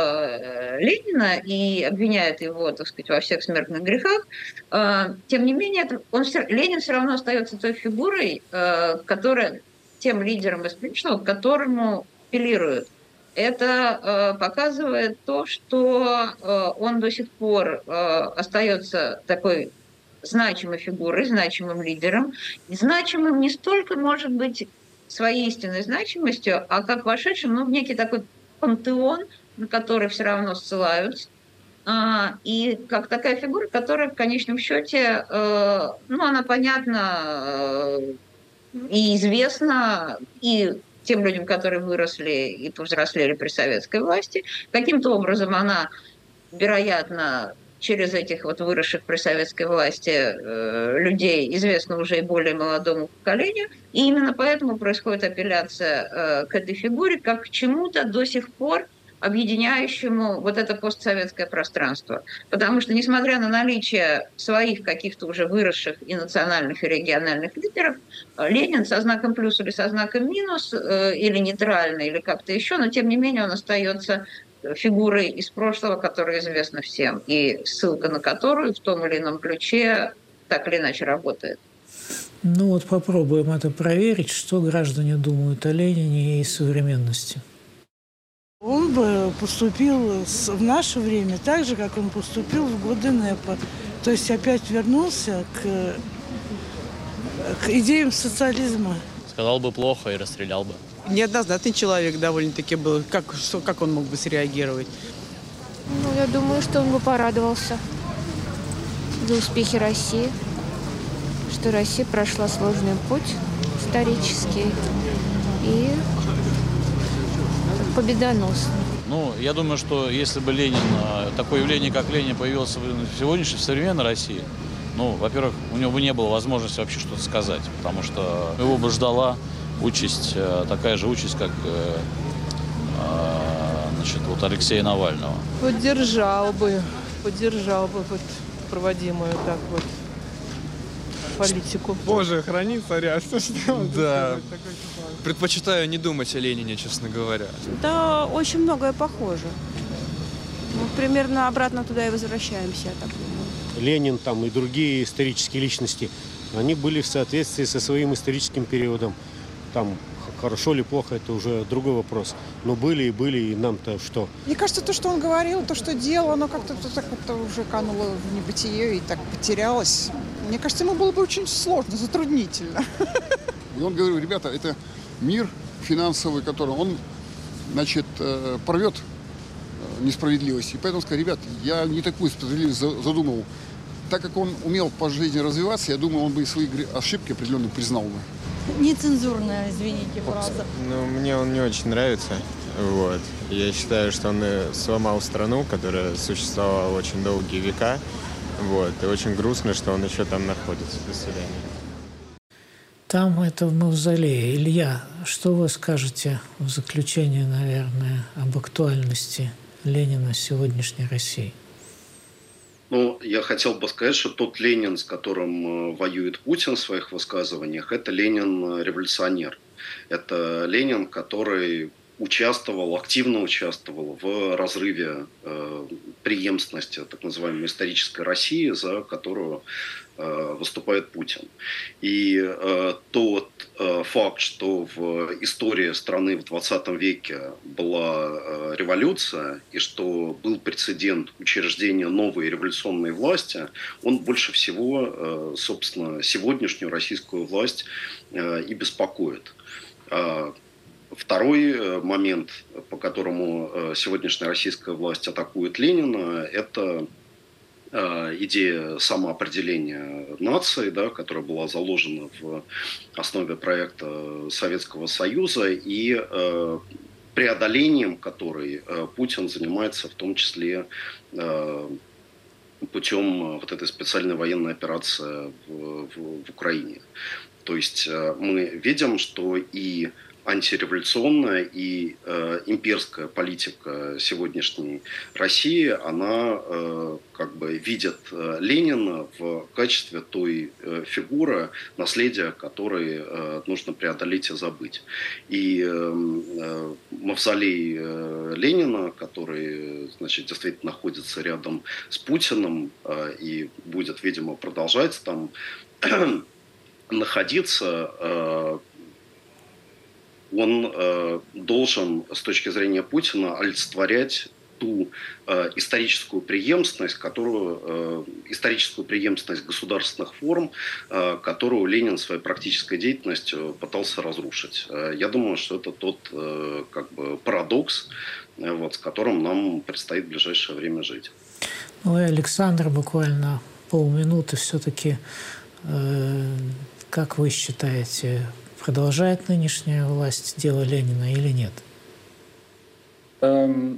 э, Ленина и обвиняет его, так сказать, во всех смертных грехах, э, тем не менее, он все, Ленин все равно остается той фигурой, э, которая, тем лидером из прошлого, к которому апеллируют. Это э, показывает то, что э, он до сих пор э, остается такой значимой фигурой, значимым лидером, и значимым не столько, может быть, своей истинной значимостью, а как вошедшим, ну, в некий такой пантеон, на который все равно ссылаются, а, и как такая фигура, которая в конечном счете, э, ну, она понятна э, и известна и тем людям, которые выросли и повзрослели при советской власти. Каким-то образом она, вероятно, через этих вот выросших при советской власти э, людей известно уже и более молодому поколению. И именно поэтому происходит апелляция э, к этой фигуре как к чему-то до сих пор объединяющему вот это постсоветское пространство. Потому что, несмотря на наличие своих каких-то уже выросших и национальных, и региональных лидеров, Ленин со знаком плюс или со знаком минус, э, или нейтрально, или как-то еще, но тем не менее он остается фигурой из прошлого, которая известна всем, и ссылка на которую в том или ином ключе так или иначе работает.
Ну вот попробуем это проверить, что граждане думают о Ленине и современности.
Он бы поступил в наше время так же, как он поступил в годы НЭПа. То есть опять вернулся к, к идеям социализма.
Сказал бы плохо и расстрелял бы.
Неоднозначный человек довольно-таки был. Как, что, как он мог бы среагировать?
Ну, я думаю, что он бы порадовался за успехи России, что Россия прошла сложный путь исторический и победоносный.
Ну, я думаю, что если бы Ленин, такое явление, как Ленин, появилось в сегодняшней, в современной России, ну, во-первых, у него бы не было возможности вообще что-то сказать, потому что его бы ждала участь, такая же участь, как значит, вот Алексея Навального.
Поддержал бы, поддержал бы вот проводимую так вот политику.
Боже, храни царя, что ж
да. Предпочитаю не думать о Ленине, честно говоря.
Да, очень многое похоже. Мы примерно обратно туда и возвращаемся, я так думаю.
Ленин там и другие исторические личности, они были в соответствии со своим историческим периодом. Там хорошо или плохо, это уже другой вопрос. Но были и были, и нам-то что?
Мне кажется, то, что он говорил, то, что делал, оно как-то так вот уже кануло в небытие и так потерялось. Мне кажется, ему было бы очень сложно, затруднительно.
И он говорил, ребята, это мир финансовый, который он значит, порвет несправедливость. И поэтому сказал: ребят, я не такую справедливость задумывал. Так как он умел по жизни развиваться, я думаю, он бы и свои ошибки определенно признал бы.
Нецензурная, извините, фраза.
Ну, мне он не очень нравится. Вот. Я считаю, что он сломал страну, которая существовала очень долгие века. Вот. И очень грустно, что он еще там находится. До свидания.
Там это в мавзолее. Илья, что вы скажете в заключение, наверное, об актуальности Ленина сегодняшней России?
Ну, я хотел бы сказать, что тот Ленин, с которым воюет Путин в своих высказываниях, это Ленин-революционер. Это Ленин, который участвовал, активно участвовал в разрыве э, преемственности так называемой исторической России, за которую э, выступает Путин. И э, тот э, факт, что в истории страны в двадцатом веке была э, революция, и что был прецедент учреждения новой революционной власти, он больше всего, э, собственно, сегодняшнюю российскую власть э, и беспокоит. Второй момент, по которому сегодняшняя российская власть атакует Ленина, это идея самоопределения нации, да, которая была заложена в основе проекта Советского Союза, и преодолением которой Путин занимается в том числе путем вот этой специальной военной операции в, в, в Украине. То есть мы видим, что и антиреволюционная, и э, имперская политика сегодняшней России, она э, как бы видит э, Ленина в качестве той э, фигуры, наследия которой э, нужно преодолеть и забыть. И э, э, мавзолей э, Ленина, который, значит, действительно находится рядом с Путиным э, и будет, видимо, продолжать там находиться, э, он э, должен с точки зрения Путина олицетворять ту э, историческую преемственность, которую, э, историческую преемственность государственных форм, э, которую Ленин своей практической деятельностью пытался разрушить. Э, я думаю, что это тот э, как бы парадокс, э, вот, с которым нам предстоит в ближайшее время жить.
Ну и Александр, буквально полминуты все-таки, э, как вы считаете, продолжает нынешняя власть дело Ленина или нет?
Эм,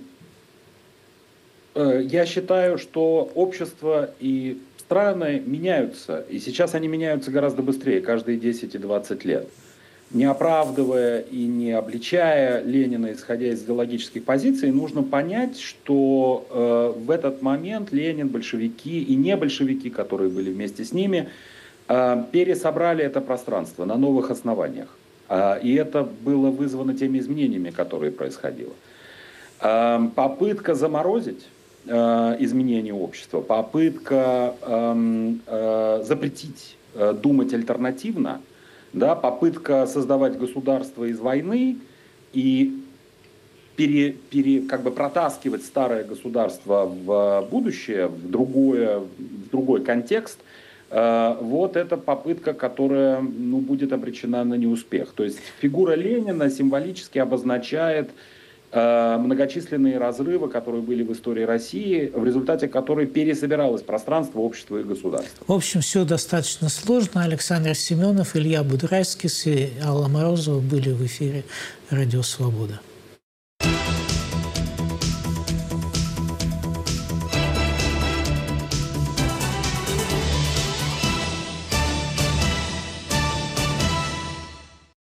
э, я считаю, что общество и страны меняются. И сейчас они меняются гораздо быстрее, каждые десять и двадцать лет. Не оправдывая и не обличая Ленина, исходя из идеологических позиций, нужно понять, что э, в этот момент Ленин, большевики и не большевики, которые были вместе с ними, пересобрали это пространство на новых основаниях. И это было вызвано теми изменениями, которые происходили. Попытка заморозить изменения общества, попытка запретить думать альтернативно, да, попытка создавать государство из войны и пере, пере, как бы протаскивать старое государство в будущее, в, другое, в другой контекст, вот эта попытка, которая, ну, будет обречена на неуспех. То есть фигура Ленина символически обозначает э, многочисленные разрывы, которые были в истории России, в результате которой пересобиралось пространство, общество и государство.
В общем, все достаточно сложно. Александр Семенов, Илья Будрайскис и Алла Морозова были в эфире «Радио Свобода».